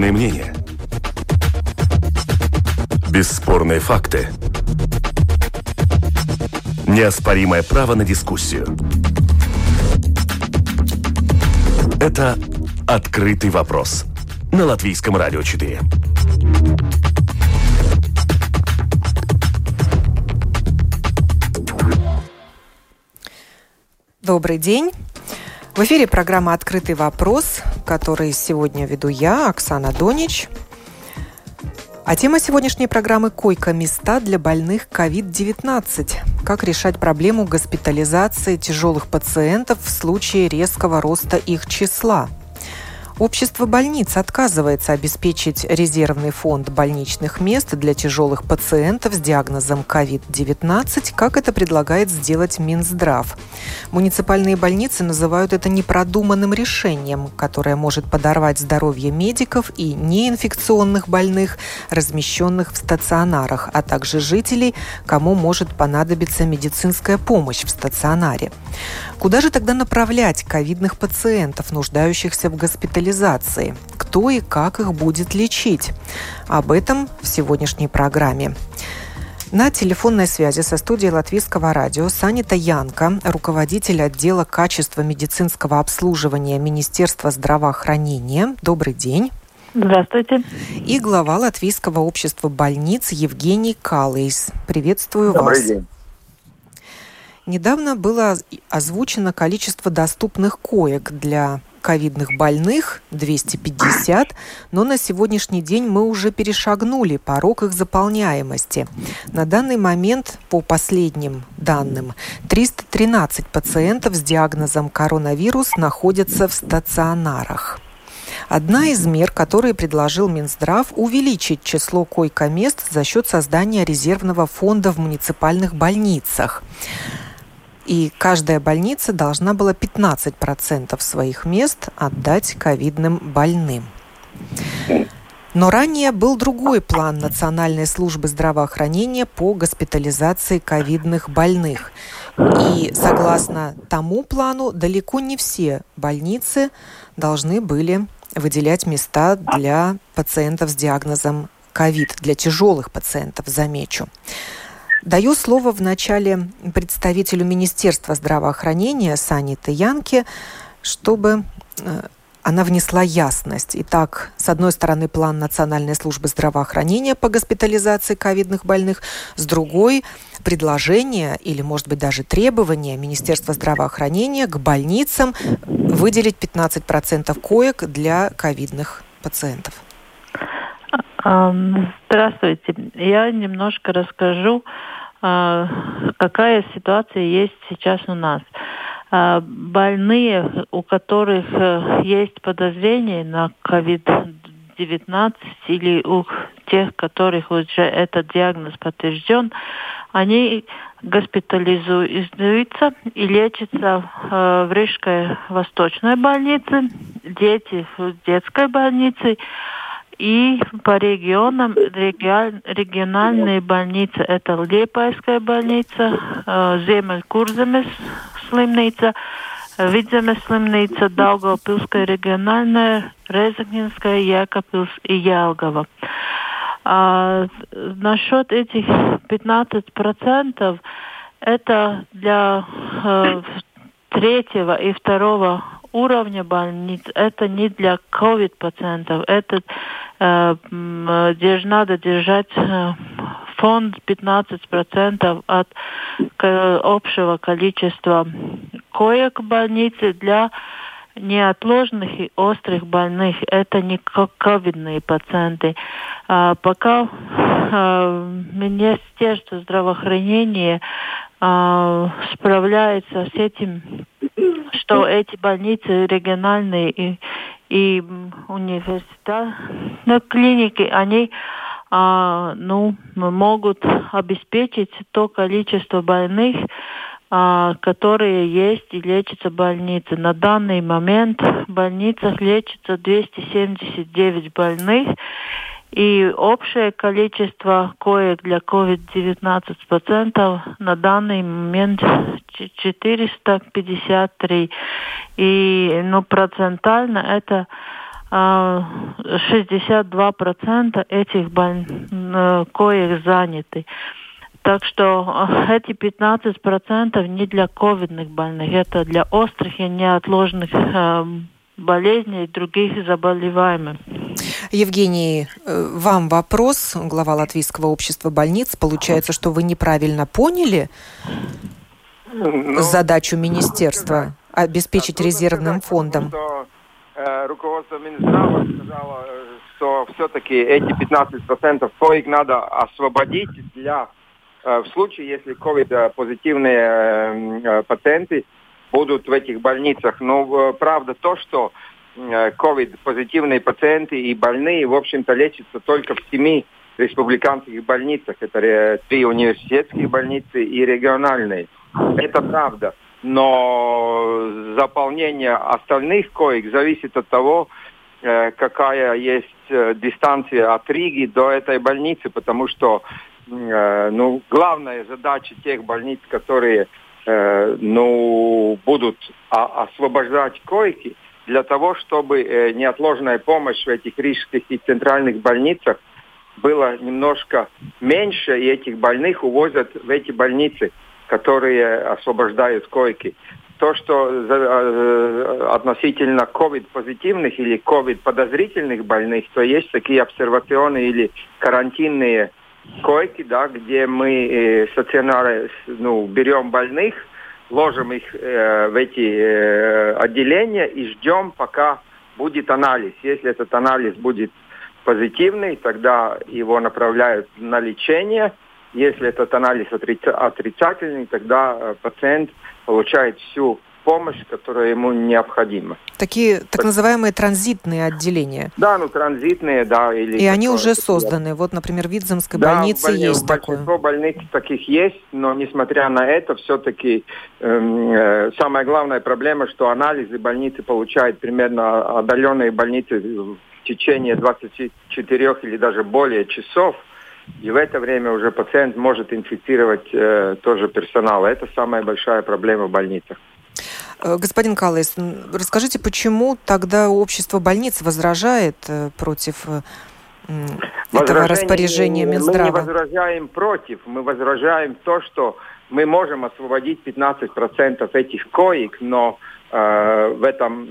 Квалифицированные мнения. Бесспорные факты. Неоспоримое право на дискуссию. Это «Открытый вопрос» на Латвийском радио 4. Добрый день. В эфире программа «Открытый вопрос», который сегодня веду я, Оксана Донич. А тема сегодняшней программы – койко-места для больных COVID-19. Как решать проблему госпитализации тяжелых пациентов в случае резкого роста их числа. Общество больниц отказывается обеспечить резервный фонд больничных мест для тяжелых пациентов с диагнозом COVID-19, как это предлагает сделать Минздрав. Муниципальные больницы называют это непродуманным решением, которое может подорвать здоровье медиков и неинфекционных больных, размещенных в стационарах, а также жителей, кому может понадобиться медицинская помощь в стационаре. Куда же тогда направлять ковидных пациентов, нуждающихся в госпитализации? Кто и как их будет лечить? Об этом в сегодняшней программе. На телефонной связи со студией Латвийского радио Санита Янка, руководитель отдела качества медицинского обслуживания Министерства здравоохранения. Добрый день. Здравствуйте. И глава Латвийского общества больниц Евгений Калейс. Приветствую вас. Добрый день. Недавно было озвучено количество доступных коек для ковидных больных – 250, но на сегодняшний день мы уже перешагнули порог их заполняемости. На данный момент, по последним данным, 313 пациентов с диагнозом коронавирус находятся в стационарах. Одна из мер, которые предложил Минздрав, увеличить число койко-мест за счет создания резервного фонда в муниципальных больницах. И каждая больница должна была 15% своих мест отдать ковидным больным. Но ранее был другой план Национальной службы здравоохранения по госпитализации ковидных больных. И согласно тому плану, далеко не все больницы должны были выделять места для пациентов с диагнозом ковид, для тяжелых пациентов, замечу. Даю слово вначале представителю Министерства здравоохранения Саните Янке, чтобы она внесла ясность. Итак, с одной стороны, план Национальной службы здравоохранения по госпитализации ковидных больных, с другой – предложение или, может быть, даже требование Министерства здравоохранения к больницам выделить 15% коек для ковидных пациентов. Здравствуйте. Я немножко расскажу, какая ситуация есть сейчас у нас. Больные, у которых есть подозрение на COVID-19 или у тех, которых уже этот диагноз подтвержден, они госпитализуются и лечатся в Рижской Восточной больнице, дети в детской больнице. И по регионам региональные больницы – это Liepājas больница, Ziemeļkurzemes slimnīca, Vidzemes slimnīca, Daugavpilская региональная, Резекнинская, Jēkabpils и Jelgava. Насчет этих 15% это для третьего и второго уровня больниц, это не для COVID-пациентов, это надо держать фонд 15% от общего количества коек в больнице для неотложных и острых больных. Это не ковидные пациенты. Пока Министерство здравоохранения справляется с этим, что эти больницы региональные и университетные клиники, они могут обеспечить то количество больных, которые есть и лечатся в больнице. На данный момент в больницах лечится 279 больных, и общее количество коек для COVID-19 пациентов на данный момент 453. И процентально это 62% этих коек заняты. Так что эти 15% не для ковидных больных, это для острых и неотложных болезней и других заболеваний. Евгений, вам вопрос, глава Латвийского общества больниц. Получается, что вы неправильно поняли задачу министерства обеспечить резервным фондом? Руководство Минздрава сказало, что все-таки эти 15% коек надо освободить в случае, если ковид-позитивные пациенты будут в этих больницах. Но правда то, что ковид-позитивные пациенты и больные, в общем-то, лечатся только в 7 республиканских больницах. Это 3 университетские больницы и региональные. Это правда. Но заполнение остальных коек зависит от того, какая есть дистанция от Риги до этой больницы, потому что главная задача тех больниц, которые будут освобождать койки, для того, чтобы неотложная помощь в этих рижских и центральных больницах была немножко меньше, и этих больных увозят в эти больницы, которые освобождают койки. То, что относительно ковид-позитивных или ковид-подозрительных больных, то есть такие обсервационные или карантинные койки, да, где мы стационары берем больных, ложим их в эти отделения и ждем, пока будет анализ. Если этот анализ будет позитивный, тогда его направляют на лечение. Если этот анализ отрицательный, тогда пациент получает всю помощь, которая ему необходима. Такие так называемые транзитные отделения. Да, транзитные, да. И они уже созданы. Вот, например, в Видземской больнице есть такое. Большинство больниц таких есть, но несмотря на это, все-таки самая главная проблема, что анализы больницы получают примерно отдаленные больницы в течение 24 или даже более часов. И в это время уже пациент может инфицировать тоже персонал. Это самая большая проблема в больницах. Господин Каллес, расскажите, почему тогда общество больниц возражает против этого распоряжения Минздрава? Мы не возражаем против, мы возражаем то, что мы можем освободить 15% этих коек, но в этом,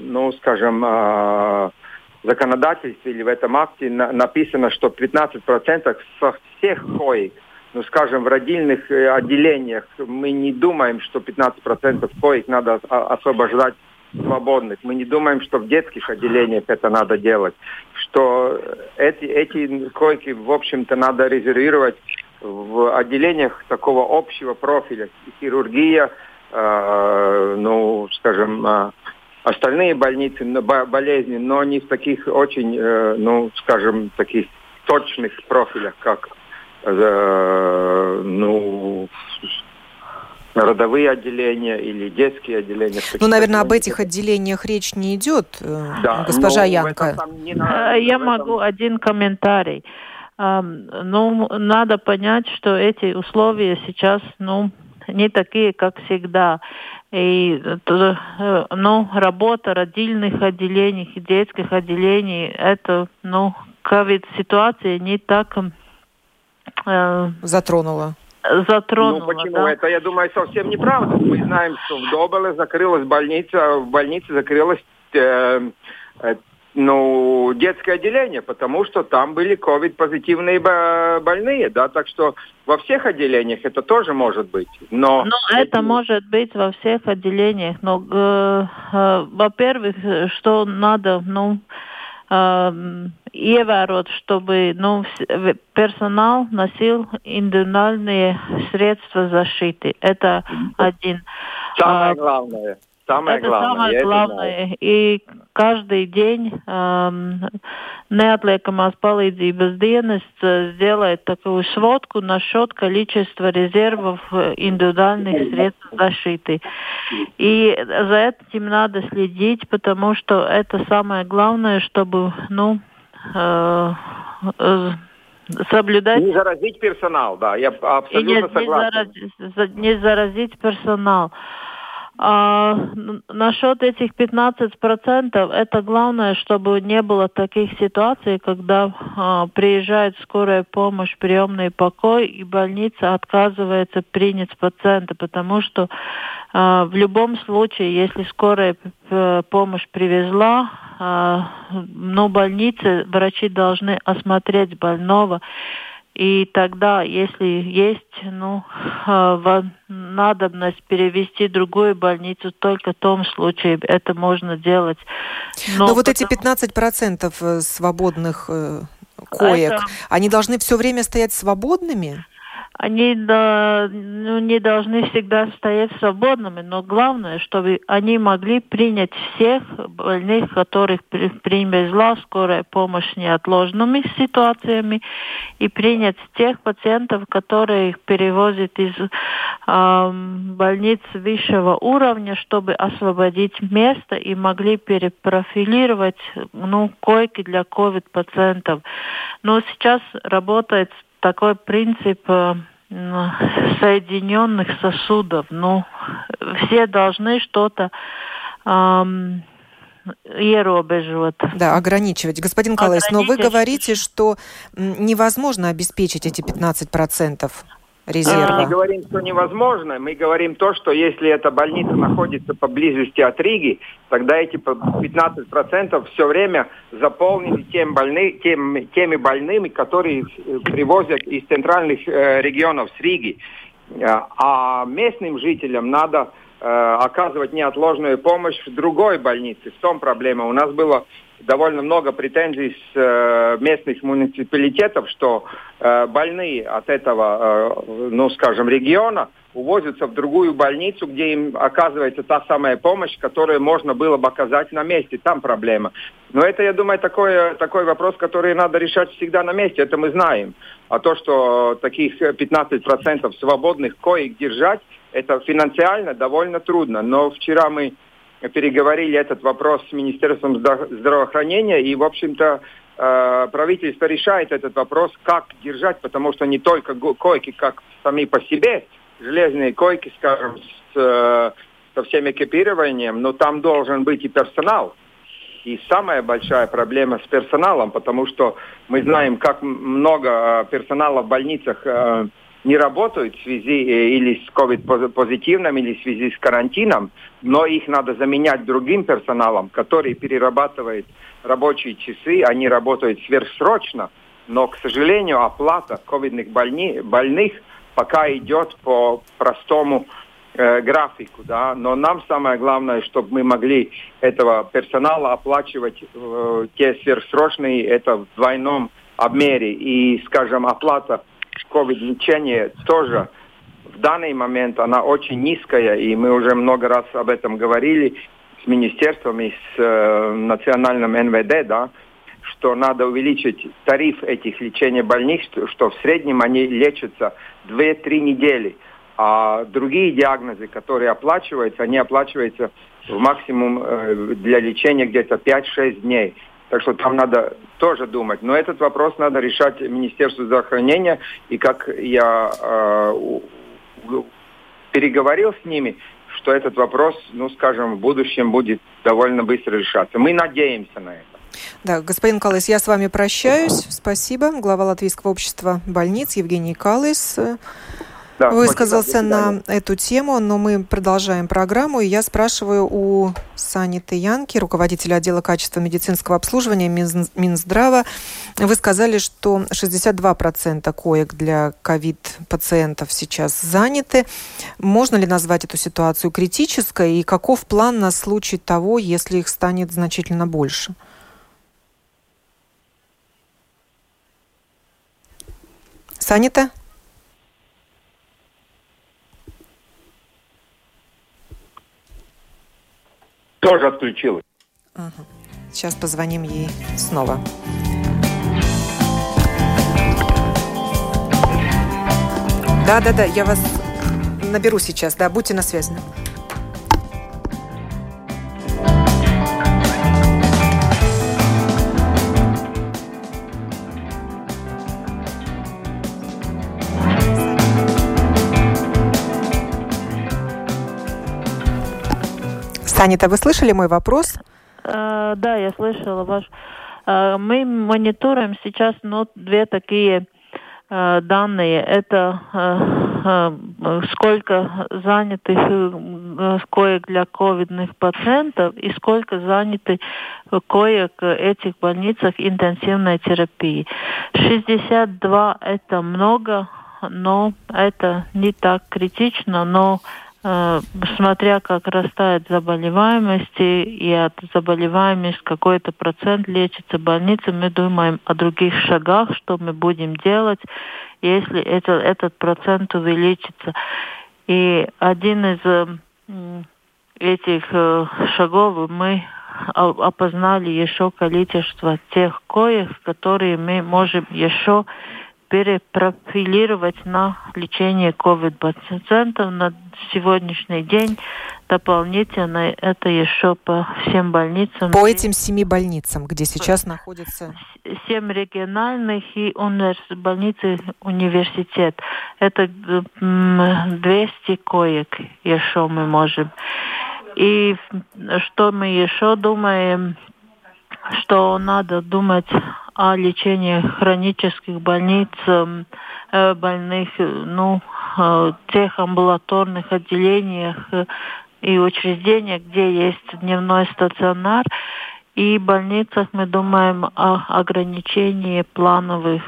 законодательстве или в этом акте написано, что 15% со всех коек, в родильных отделениях мы не думаем, что 15% коек надо освобождать свободных. Мы не думаем, что в детских отделениях это надо делать. Что эти койки, в общем-то, надо резервировать в отделениях такого общего профиля. Хирургия, остальные больницы, болезни, но не в таких очень, таких точных профилях, как родовые отделения или детские отделения. Наверное, об этих отделениях речь не идет, госпожа Янка. Я могу один комментарий. Надо понять, что эти условия сейчас, не такие, как всегда. И работа родильных отделений и детских отделений, это, ковид-ситуация не так затронула. Почему? Да? Это, я думаю, совсем неправда. Мы знаем, что в Добеле закрылась больница, в больнице закрылось детское отделение, потому что там были ковид-позитивные больные, да, так что во всех отделениях это тоже может быть. Но это может быть во всех отделениях, но, во-первых, что надо, иевērot, чтобы персонал носил индивидуальные средства защиты. Это один. Самое главное. Самое главное. И каждый день неотлiekamās palīdzības dienests сделает такую сводку насчет количества резервов индивидуальных средств защиты. И за этим надо следить, потому что это самое главное, чтобы соблюдать... Не заразить персонал, да, я абсолютно согласен. Не заразить персонал. Насчет этих 15%, это главное, чтобы не было таких ситуаций, когда приезжает скорая помощь, приемный покой, и больница отказывается принять пациента, потому что в любом случае, если скорая помощь привезла, больницы, врачи должны осмотреть больного. И тогда, если есть надобность перевести в другую больницу, только в том случае это можно делать. Но вот эти 15% свободных коек, они должны все время стоять свободными? Они не должны всегда стоять свободными, но главное, чтобы они могли принять всех больных, которых привезла скорая помощь с неотложными ситуациями, и принять тех пациентов, которые их перевозят из больниц высшего уровня, чтобы освободить место и могли перепрофилировать койки для ковид-пациентов. Но сейчас работает такой принцип соединенных сосудов. Все должны что-то ierobežot. Да, ограничивать. Господин Каллес, но вы говорите, что невозможно обеспечить эти 15% резерва. Мы говорим, что невозможно. Мы говорим то, что если эта больница находится поблизости от Риги, тогда эти 15% все время заполнены теми больными, которые привозят из центральных регионов с Риги. А местным жителям надо оказывать неотложную помощь в другой больнице. В том проблема. У нас было довольно много претензий с местных муниципалитетов, что больные от этого, региона увозятся в другую больницу, где им оказывается та самая помощь, которую можно было бы оказать на месте. Там проблема. Но это, я думаю, такой вопрос, который надо решать всегда на месте. Это мы знаем. А то, что таких 15% свободных коек держать, это финансово довольно трудно. Но вчера мы переговорили этот вопрос с Министерством здравоохранения, и, в общем-то, правительство решает этот вопрос, как держать, потому что не только койки, как сами по себе, железные койки, скажем, со всем экипированием, но там должен быть и персонал. И самая большая проблема с персоналом, потому что мы знаем, как много персонала в больницах не работают в связи или с ковид-позитивным, или в связи с карантином, но их надо заменять другим персоналом, который перерабатывает рабочие часы, они работают сверхсрочно, но, к сожалению, оплата ковидных больных пока идет по простому графику, да, но нам самое главное, чтобы мы могли этого персонала оплачивать те сверхсрочные, это в двойном обмере, и, скажем, оплата ковид-лечения тоже в данный момент она очень низкая, и мы уже много раз об этом говорили с министерством и с национальным НВД, да, что надо увеличить тариф этих лечения больных, что в среднем они лечатся 2-3 недели, а другие диагнозы, которые оплачиваются, они оплачиваются в максимум для лечения где-то 5-6 дней. Так что там надо тоже думать. Но этот вопрос надо решать Министерству здравоохранения. И как я переговорил с ними, что этот вопрос, в будущем будет довольно быстро решаться. Мы надеемся на это. Да, господин Каллес, я с вами прощаюсь. Спасибо. Глава Латвийского общества больниц Евгений Каллес высказался на эту тему, но мы продолжаем программу. И я спрашиваю у Саниты Янки, руководителя отдела качества медицинского обслуживания Минздрава. Вы сказали, что 62% коек для ковид-пациентов сейчас заняты. Можно ли назвать эту ситуацию критической? И каков план на случай того, если их станет значительно больше? Санита? Тоже отключилась. Ага. Сейчас позвоним ей снова. Да, я вас наберу сейчас. Да, будьте на связи. Санита, вы слышали мой вопрос? Да, я слышала ваш. Мы мониторим сейчас две такие данные. Это сколько занятых коек для ковидных пациентов и сколько занятых коек в этих больницах интенсивной терапии. 62 это много, но это не так критично, но смотря как растает заболеваемость, и от заболеваемости какой-то процент лечится в больнице, мы думаем о других шагах, что мы будем делать, если этот процент увеличится. И один из этих шагов мы опознали еще количество тех коек, которые мы можем еще перепрофилировать на лечение COVID-пациентов на сегодняшний день. Дополнительно это еще по всем больницам. По этим 7 больницам, где сейчас находятся... 7 региональных и больницы университет. Это 200 коек еще мы можем. И что мы еще думаем, что надо думать о лечении хронических больных, тех амбулаторных отделениях и учреждениях, где есть дневной стационар. И в больницах мы думаем о ограничении плановых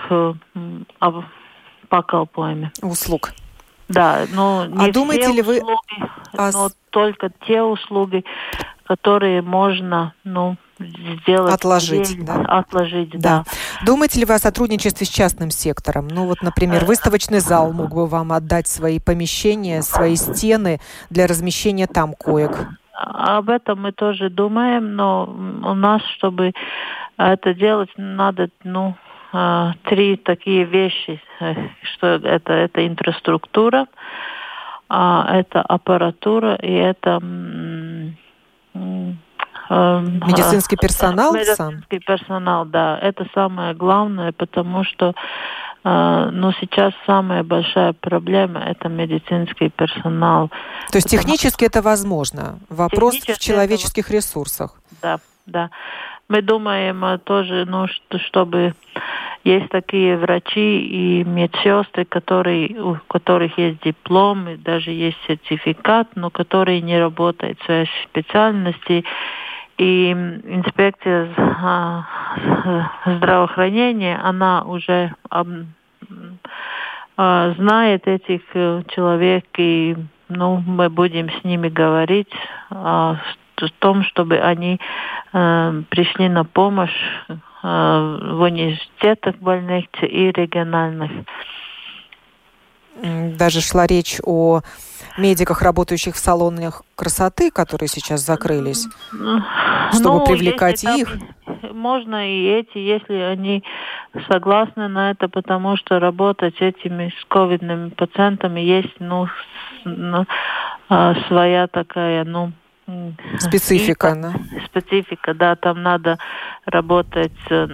поколпоемых услуг. Да, но не думаете все ли вы услуги, но только те услуги, которые можно, сделать. Отложить, да? Отложить, да. Думаете ли вы о сотрудничестве с частным сектором? Например, выставочный зал мог бы вам отдать свои помещения, свои стены для размещения там коек? Об этом мы тоже думаем, но у нас, чтобы это делать, надо, 3 такие вещи, что это инфраструктура, это аппаратура и это медицинский персонал? Медицинский персонал, да. Это самое главное, потому что сейчас самая большая проблема – это медицинский персонал. То есть технически это возможно? Вопрос в человеческих ресурсах? Да. Мы думаем тоже, чтобы есть такие врачи и медсестры, у которых есть диплом, и даже есть сертификат, но которые не работают в своей специальности. И инспекция здравоохранения, она уже знает этих человек, и мы будем с ними говорить о том, чтобы они пришли на помощь в университетах больных и региональных. Даже шла речь о медиках, работающих в салонах красоты, которые сейчас закрылись, чтобы привлекать их. Можно и эти, если они согласны на это, потому что работать с этими с ковидными пациентами есть своя такая специфика. Специфика, да, там надо работать,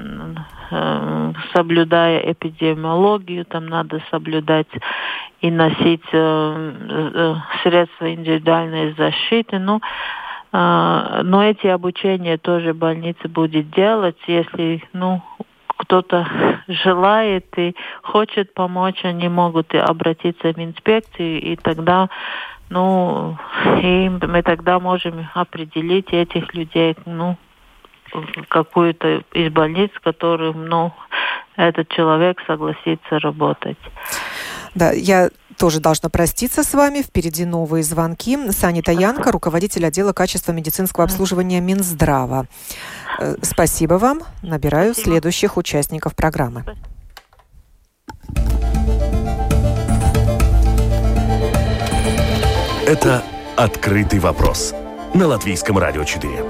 соблюдая эпидемиологию, там надо соблюдать и носить средства индивидуальной защиты. Но эти обучения тоже больница будет делать, если кто-то желает и хочет помочь, они могут и обратиться в инспекцию, и тогда и мы тогда можем определить этих людей, какую-то из больниц, в которых, этот человек согласится работать. Да, я тоже должна проститься с вами. Впереди новые звонки. Санита Янка, руководитель отдела качества медицинского обслуживания Минздрава. Спасибо вам. Набираю следующих участников программы. Это «Открытый вопрос» на Латвийском радио 4.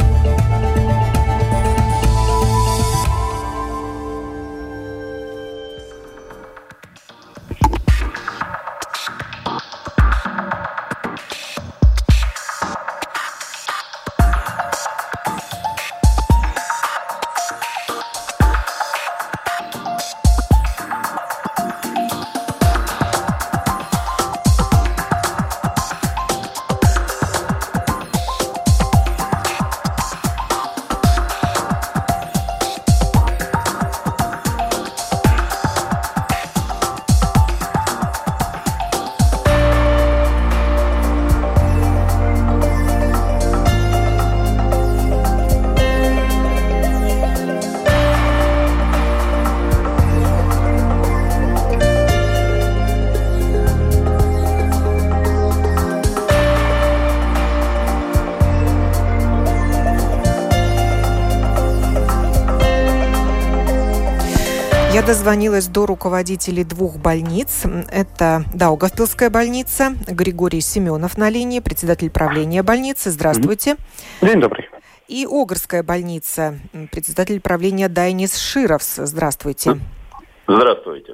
Я дозвонилась до руководителей двух больниц. Это Даугавпилская больница, Григорий Семенов на линии, председатель правления больницы. Здравствуйте. День добрый. И Огрская больница, председатель правления Дайнис Шировс. Здравствуйте. Здравствуйте.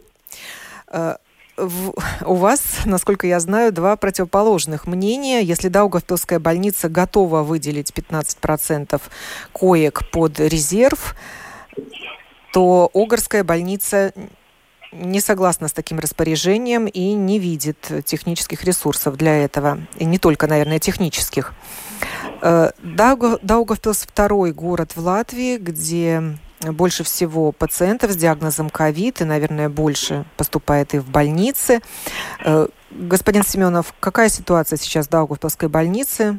У вас, насколько я знаю, два противоположных мнения. Если Даугавпилская больница готова выделить 15% коек под резерв, то Огрская больница не согласна с таким распоряжением и не видит технических ресурсов для этого. И не только, наверное, технических. Даугавпилс – второй город в Латвии, где больше всего пациентов с диагнозом ковид, и, наверное, больше поступает и в больницы. Господин Семенов, какая ситуация сейчас в Даугавпилской больнице?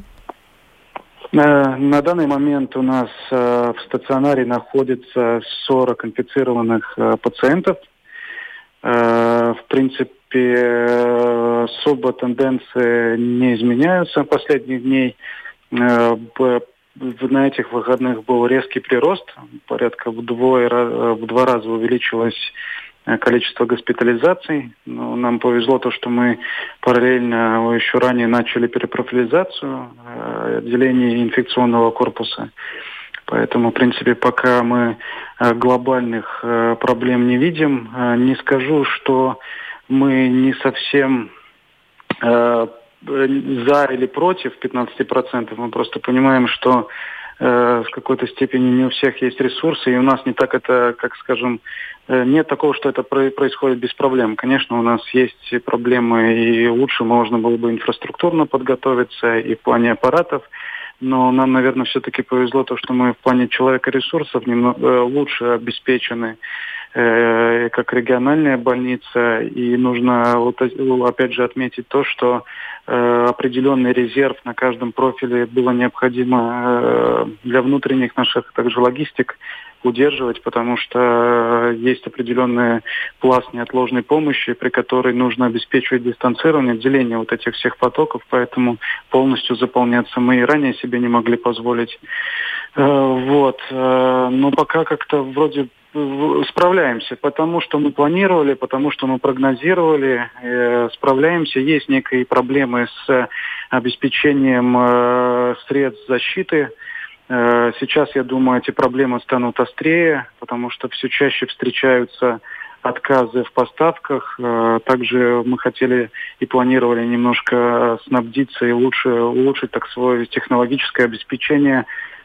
На данный момент у нас в стационаре находится 40 инфицированных пациентов. В принципе, особо тенденции не изменяются последних дней. На этих выходных был резкий прирост, порядка в 2 раза увеличилось количество госпитализаций. Но нам повезло то, что мы параллельно еще ранее начали перепрофилизацию отделений инфекционного корпуса. Поэтому, в принципе, пока мы глобальных проблем не видим, не скажу, что мы не совсем за или против 15%. Мы просто понимаем, что в какой-то степени не у всех есть ресурсы, и у нас не так это, как скажем, нет такого, что это происходит без проблем. Конечно, у нас есть проблемы, и лучше можно было бы инфраструктурно подготовиться и в плане аппаратов, но нам, наверное, все-таки повезло то, что мы в плане человека ресурсов немного лучше обеспечены, как региональная больница, и нужно опять же отметить то, что определенный резерв на каждом профиле было необходимо для внутренних наших также логистик удерживать, потому что есть определенный пласт неотложной помощи, при которой нужно обеспечивать дистанцирование, деление вот этих всех потоков, поэтому полностью заполняться мы и ранее себе не могли позволить. Но пока как-то вроде справляемся, потому что мы планировали, потому что мы прогнозировали, справляемся. Есть некие проблемы с обеспечением средств защиты. Сейчас, я думаю, эти проблемы станут острее, потому что все чаще встречаются отказы в поставках. Также мы хотели и планировали немножко снабдиться и улучшить так свое технологическое обеспечение.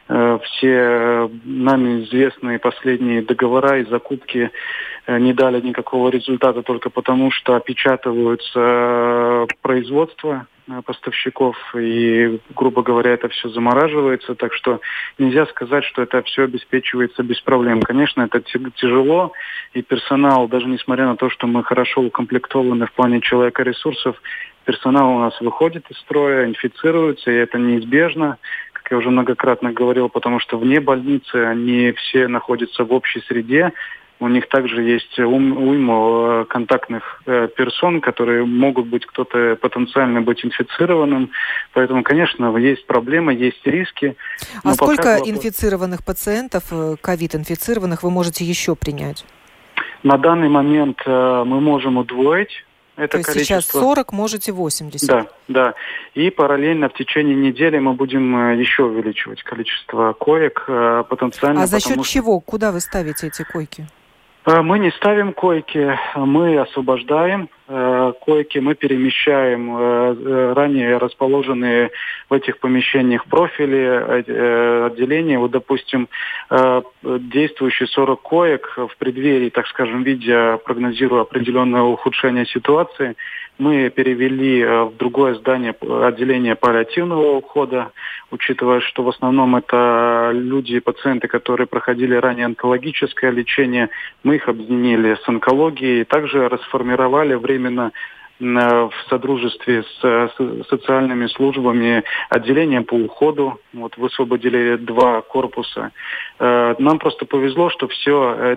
Все нами известные последние договора и закупки не дали никакого результата только потому, что опечатываются производства поставщиков и, грубо говоря, это все замораживается. Так что нельзя сказать, что это все обеспечивается без проблем. Конечно, это тяжело, и персонал, даже несмотря на то, что мы хорошо укомплектованы в плане человека ресурсов, персонал у нас выходит из строя, инфицируется, и это неизбежно. Как я уже многократно говорил, потому что вне больницы они все находятся в общей среде. У них также есть уйма контактных персон, которые могут быть кто-то потенциально быть инфицированным. Поэтому, конечно, есть проблемы, есть риски. А сколько инфицированных пациентов, ковид-инфицированных, вы можете еще принять? На данный момент мы можем удвоить. Это то есть количество... сейчас 40, можете 80? Да. И параллельно в течение недели мы будем еще увеличивать количество коек потенциально. А за счет чего? Куда вы ставите эти койки? Мы не ставим койки, мы освобождаем койки, мы перемещаем ранее расположенные в этих помещениях профили, отделения. Вот, допустим, действующие 40 коек в преддверии, так скажем, видя, прогнозируя определенное ухудшение ситуации, мы перевели в другое здание отделение паллиативного ухода, учитывая, что в основном это люди, пациенты, которые проходили ранее онкологическое лечение. Мы их объединили с онкологией, также расформировали временно в содружестве с социальными службами отделение по уходу. Вот высвободили 2 корпуса. Нам просто повезло, что все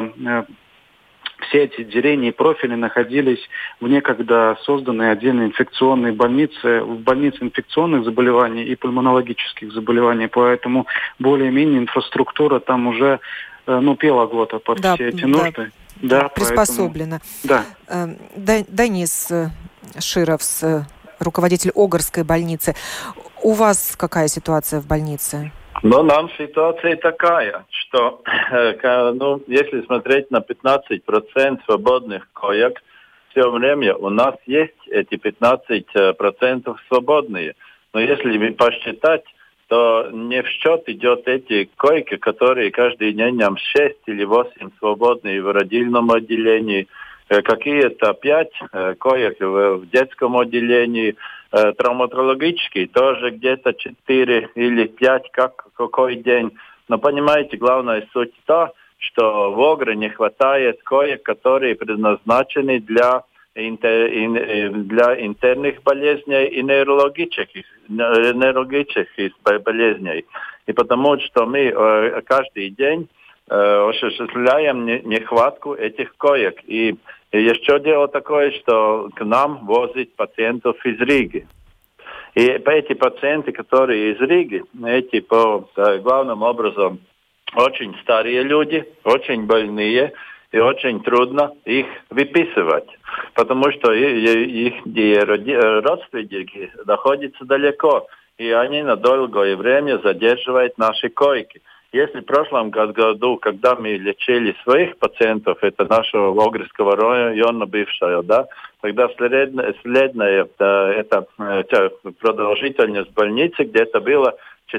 эти отделения и профили находились в некогда созданной отдельной инфекционной больнице, в больнице инфекционных заболеваний и пульмонологических заболеваний. Поэтому более-менее инфраструктура там уже пела глота под все эти нужды. приспособлено. Да. Данис Шировс, руководитель Огрской больницы. У вас какая ситуация в больнице? Нам ситуация такая, что если смотреть на 15% свободных коек, все время у нас есть эти 15% свободные. Но если посчитать, то не в счет идет эти койки, которые каждый день нам 6 или 8 свободные в родильном отделении, какие-то 5 коек в детском отделении, травматологические тоже где-то 4 или 5 какой день. Но понимаете, главная суть та, что в Огре не хватает коек, которые предназначены для интерных болезней и нейрологических болезней. И потому что мы каждый день осуществляем нехватку этих коек. И еще дело такое, что к нам возят пациентов из Риги. И эти пациенты, которые из Риги, эти главным образом очень старые люди, очень больные, и очень трудно их выписывать, потому что их родственники находятся далеко, и они на долгое время задерживают наши койки. Если в прошлом году, когда мы лечили своих пациентов, это нашего Огрского района бывшего, да, тогда средняя продолжительность больницы где-то было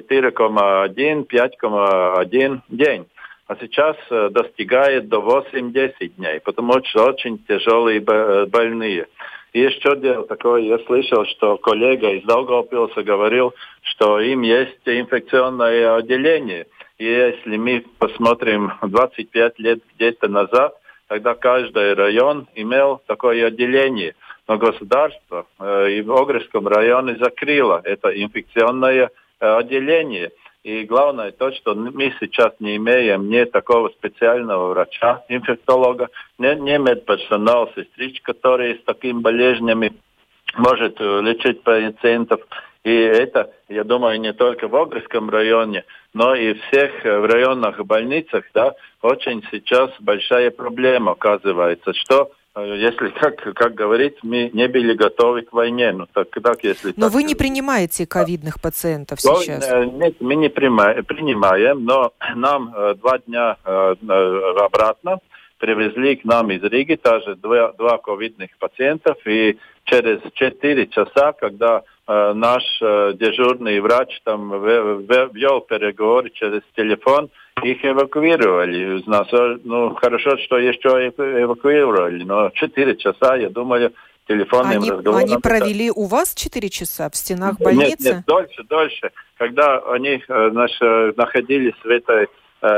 4,1-5,1 день. А сейчас достигает до 8-10 дней, потому что очень тяжелые больные. И еще дело такое, я слышал, что коллега из Даугавпилса говорил, что им есть инфекционное отделение. И если мы посмотрим 25 лет где-то назад, тогда каждый район имел такое отделение. Но государство и в Огрском районе закрыло это инфекционное отделение. И главное то, что мы сейчас не имеем ни такого специального врача, инфектолога, ни медперсонала, сестричек, которые с такими болезнями может лечить пациентов. И это, я думаю, не только в Огрском районе, но и в всех в районных больницах, да, очень сейчас большая проблема оказывается, что если, как говорить, мы не были готовы к войне. Но вы не принимаете ковидных пациентов сейчас? Нет, мы не принимаем, но нам 2 дня обратно привезли к нам из Риги тоже 2 ковидных пациентов. И через 4 часа, когда наш дежурный врач там вел переговоры через телефон, их эвакуировали. Хорошо, что еще эвакуировали, но 4 часа, я думаю, телефонным разговором... Они провели у вас 4 часа в стенах больницы? Нет, дольше. Когда они находились в этой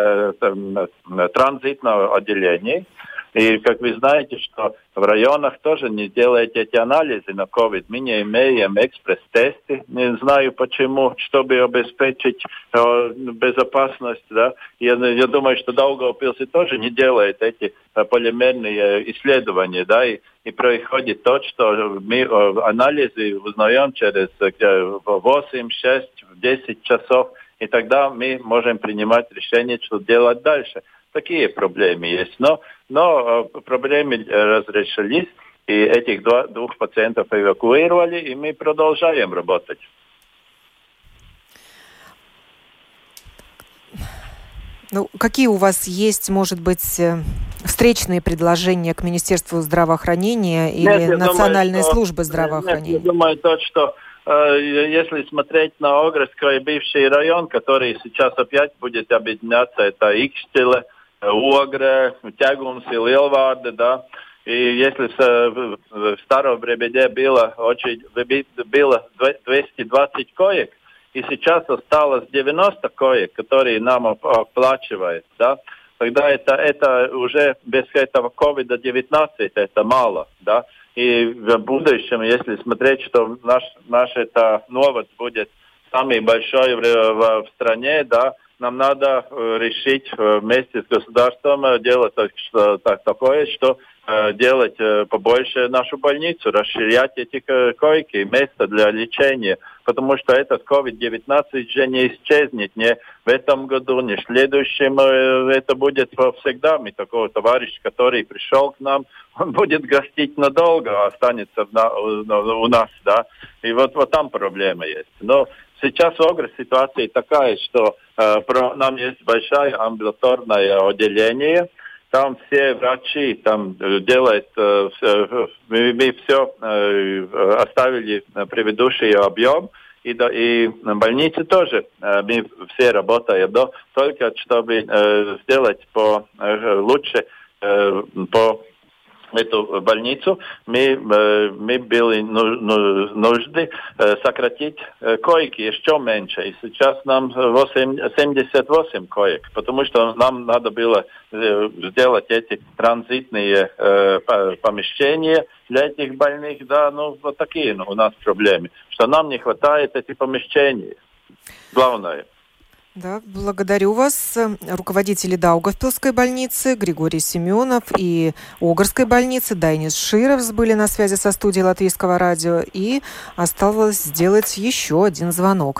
транзитном отделении, и, как вы знаете, что в районах тоже не делают эти анализы на COVID. Мы не имеем экспресс-тесты, не знаю почему, чтобы обеспечить безопасность. Да? Я думаю, что Даугавпилс тоже не делает эти полимерные исследования. Да? И происходит то, что мы анализы узнаем через 8, 6, 10 часов, и тогда мы можем принимать решение, что делать дальше. Такие проблемы есть, но проблемы разрешились, и этих 2 пациентов эвакуировали, и мы продолжаем работать. Какие у вас есть, может быть, встречные предложения к Министерству здравоохранения или Национальной службы здравоохранения? Я думаю, что если смотреть на Огрский бывший район, который сейчас опять будет объединяться, это Икстиле, Огре, Тягумс и Лилварде, да. И если в старом времени было 220 коек, и сейчас осталось 90 коек, которые нам оплачивают, да, тогда это уже без этого COVID-19 это мало, да. И в будущем, если смотреть, что наш это новость будет самый большой в стране, да, нам надо решить вместе с государством делать такое, что делать побольше нашу больницу, расширять эти койки, места для лечения, потому что этот COVID-19 же не исчезнет ни в этом году, ни в следующем. Это будет всегда. Мы такого товарища, который пришел к нам, он будет гостить надолго, останется у нас, да. И вот там проблема есть. Но сейчас в Огре ситуация такая, что нам есть большое амбулаторное отделение. Там все врачи там делают, мы все оставили предыдущий объем, и больницы тоже мы все работаем, да, только чтобы сделать лучше по эту больницу, мы были нужны сократить койки еще меньше. И сейчас нам 78 коек, потому что нам надо было сделать эти транзитные помещения для этих больных. Да, вот такие у нас проблемы, что нам не хватает этих помещений. Главное. Да, благодарю вас. Руководители Даугавпилской больницы Григорий Семенов и Огрской больницы Дайнис Шировс были на связи со студией Латвийского радио. И осталось сделать еще один звонок.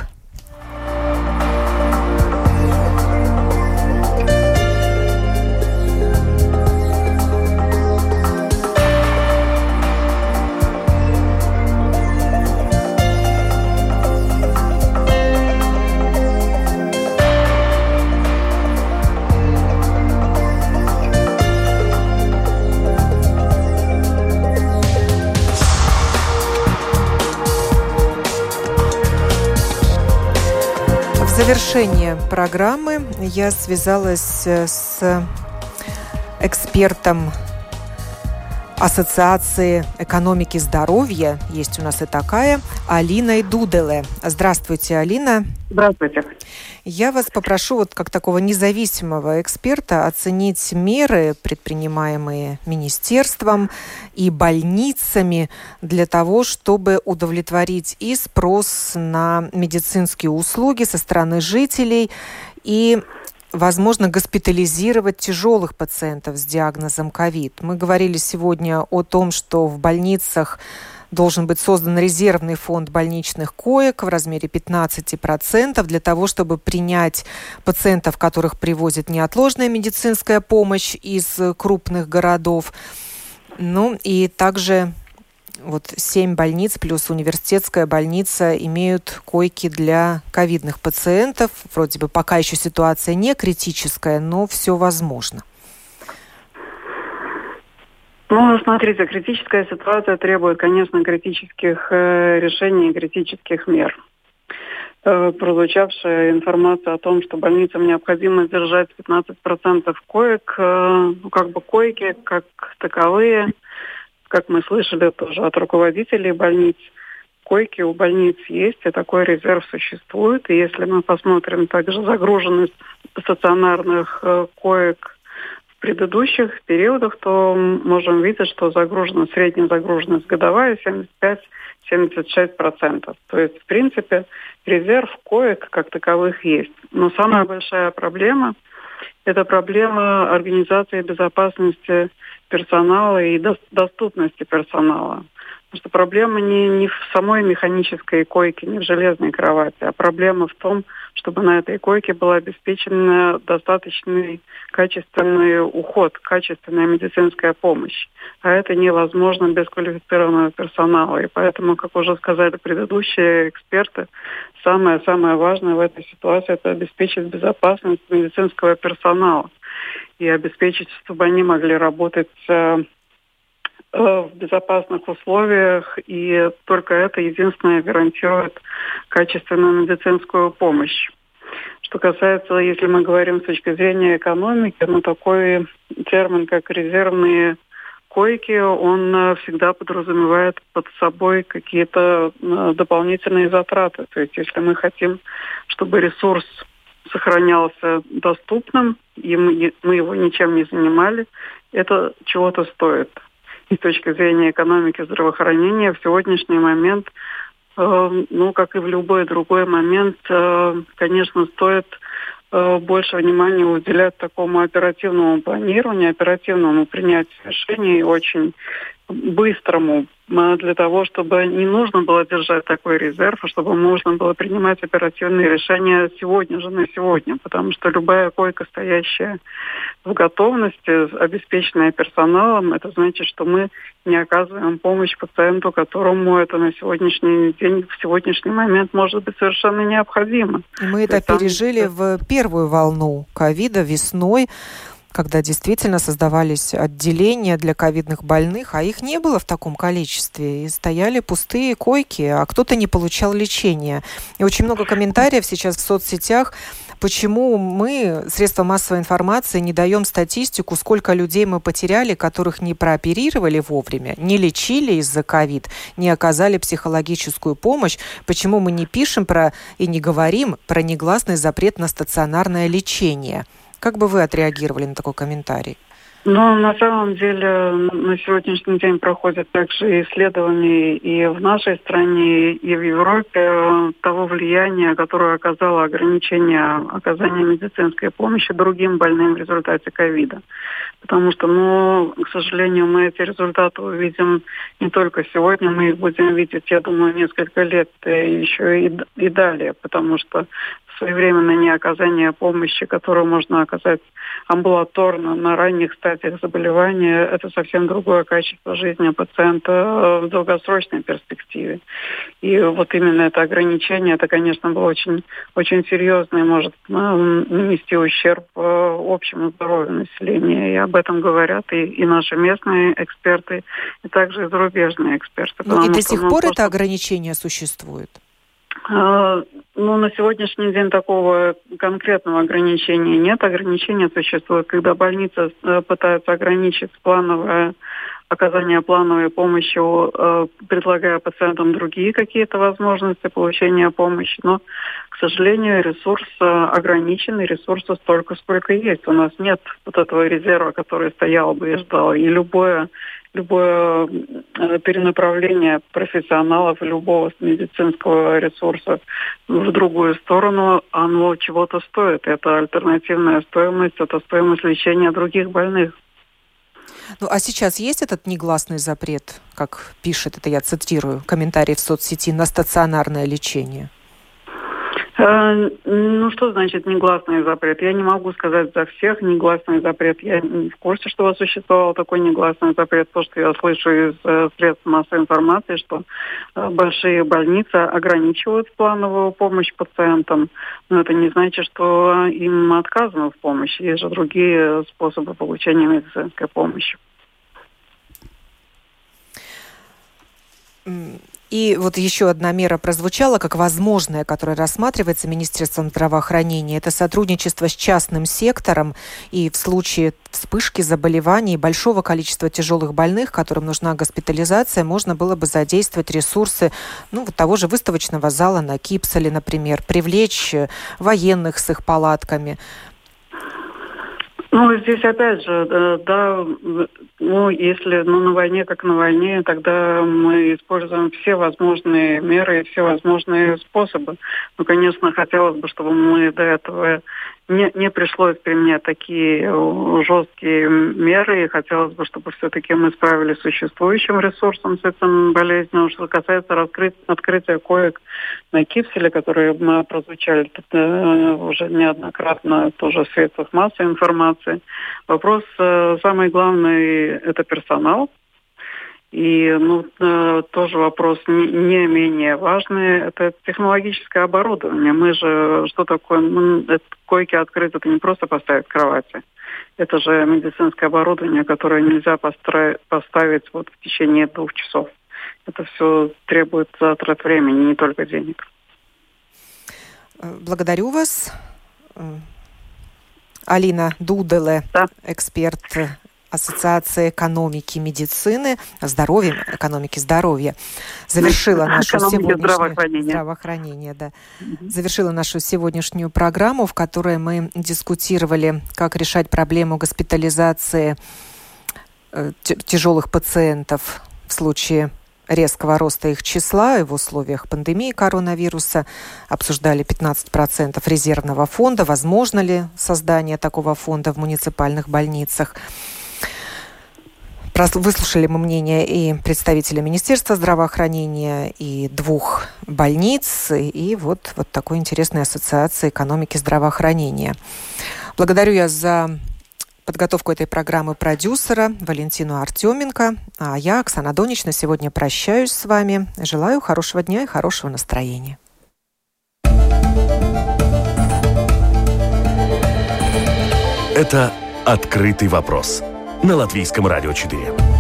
В завершение программы я связалась с экспертом Ассоциации экономики здоровья, есть у нас и такая, Алиной Дуделе. Здравствуйте, Алина. Здравствуйте. Я вас попрошу, как такого независимого эксперта, оценить меры, предпринимаемые министерством и больницами для того, чтобы удовлетворить и спрос на медицинские услуги со стороны жителей и, возможно, госпитализировать тяжелых пациентов с диагнозом ковид. Мы говорили сегодня о том, что в больницах должен быть создан резервный фонд больничных коек в размере 15% для того, чтобы принять пациентов, которых привозит неотложная медицинская помощь из крупных городов. И также 7 больниц плюс университетская больница имеют койки для ковидных пациентов. Вроде бы пока еще ситуация не критическая, но все возможно. Смотрите, критическая ситуация требует, конечно, критических решений, критических мер. Прозвучавшая информация о том, что больницам необходимо держать 15% коек, койки как таковые, как мы слышали тоже от руководителей больниц, койки у больниц есть, и такой резерв существует. И если мы посмотрим также загруженность стационарных коек в предыдущих периодах, то можем видеть, что средняя загруженность годовая 75-76%. То есть, в принципе, резерв коек как таковых есть. Но самая большая проблема – это проблема организации безопасности персонала и доступности персонала. Потому что проблема не в самой механической койке, не в железной кровати, а проблема в том, чтобы на этой койке был обеспечен достаточный качественный уход, качественная медицинская помощь. А это невозможно без квалифицированного персонала. И поэтому, как уже сказали предыдущие эксперты, самое важное в этой ситуации – это обеспечить безопасность медицинского персонала и обеспечить, чтобы они могли работать в безопасных условиях, и только это единственное гарантирует качественную медицинскую помощь. Что касается, если мы говорим с точки зрения экономики, такой термин, как резервные койки, он всегда подразумевает под собой какие-то дополнительные затраты. То есть если мы хотим, чтобы ресурс сохранялся доступным, и мы его ничем не занимали, это чего-то стоит. И с точки зрения экономики здравоохранения в сегодняшний момент, как и в любой другой момент, конечно, стоит больше внимания уделять такому оперативному планированию, оперативному принятию решений, очень быстрому, для того, чтобы не нужно было держать такой резерв, а чтобы можно было принимать оперативные решения сегодня же, на сегодня. Потому что любая койка, стоящая в готовности, обеспеченная персоналом, это значит, что мы не оказываем помощь пациенту, которому это на сегодняшний день, в сегодняшний момент может быть совершенно необходимо. И мы это пережили в первую волну ковида весной, когда действительно создавались отделения для ковидных больных, а их не было в таком количестве, и стояли пустые койки, а кто-то не получал лечения. И очень много комментариев сейчас в соцсетях, почему мы, средства массовой информации, не даем статистику, сколько людей мы потеряли, которых не прооперировали вовремя, не лечили из-за ковид, не оказали психологическую помощь, почему мы не пишем и не говорим про негласный запрет на стационарное лечение. Как бы вы отреагировали на такой комментарий? Ну, на самом деле, на сегодняшний день проходят также исследования и в нашей стране, и в Европе того влияния, которое оказало ограничение оказания медицинской помощи другим больным в результате ковида. Потому что, к сожалению, мы эти результаты увидим не только сегодня, мы их будем видеть, я думаю, несколько лет еще и далее, потому что своевременное неоказание помощи, которую можно оказать амбулаторно на ранних стадиях заболевания, это совсем другое качество жизни пациента в долгосрочной перспективе. И вот именно это ограничение, это, конечно, было очень, очень серьезно и может нанести ущерб общему здоровью населения. И об этом говорят и наши местные эксперты, и также и зарубежные эксперты. И до сих пор это ограничение существует? На сегодняшний день такого конкретного ограничения нет. Ограничения существуют, когда больница пытается ограничить оказание плановой помощи, предлагая пациентам другие какие-то возможности получения помощи. Но, к сожалению, ресурс ограничен, и ресурса столько, сколько есть. У нас нет вот этого резерва, который стоял бы и ждал. И любое перенаправление профессионалов, любого медицинского ресурса в другую сторону, оно чего-то стоит. Это альтернативная стоимость, это стоимость лечения других больных. А сейчас есть этот негласный запрет, как пишет, это я цитирую, комментарий в соцсети, на стационарное лечение? Что значит негласный запрет? Я не могу сказать за всех негласный запрет. Я не в курсе, что существовал такой негласный запрет. То, что я слышу из средств массовой информации, что большие больницы ограничивают плановую помощь пациентам. Но это не значит, что им отказано в помощи. Есть же другие способы получения медицинской помощи. И вот еще одна мера прозвучала как возможная, которая рассматривается Министерством здравоохранения. Это сотрудничество с частным сектором. И в случае вспышки заболеваний и большого количества тяжелых больных, которым нужна госпитализация, можно было бы задействовать ресурсы того же выставочного зала на Кипселе, например, привлечь военных с их палатками. Здесь опять же, если на войне как на войне, тогда мы используем все возможные меры и все возможные способы. Конечно, хотелось бы, чтобы мы до этого не пришлось применять такие жесткие меры, и хотелось бы, чтобы все-таки мы справились с существующим ресурсом, с этим болезнью. Что касается открытия коек на Кипселе, которые прозвучали уже неоднократно тоже в средствах массовой информации, вопрос самый главный – это персонал. И тоже вопрос не менее важный – это технологическое оборудование. Мы же, что такое, койки открыты, это не просто поставить кровати. Это же медицинское оборудование, которое нельзя поставить в течение 2 часов. Это все требует затрат времени, не только денег. Благодарю вас. Алина Дуделе, эксперт Ассоциации экономики медицины, экономики здоровья, завершила нашу завершила нашу сегодняшнюю программу, в которой мы дискутировали, как решать проблему госпитализации тяжелых пациентов в случае резкого роста их числа и в условиях пандемии коронавируса. Обсуждали 15% резервного фонда. Возможно ли создание такого фонда в муниципальных больницах? Выслушали мы мнение и представителя Министерства здравоохранения, и 2 больниц, и вот такой интересной ассоциации экономики здравоохранения. Благодарю я за подготовку этой программы продюсера Валентину Артеменко. А я, Оксана Донич, на сегодня прощаюсь с вами. Желаю хорошего дня и хорошего настроения. Это «Открытый вопрос» на Латвийском радио 4.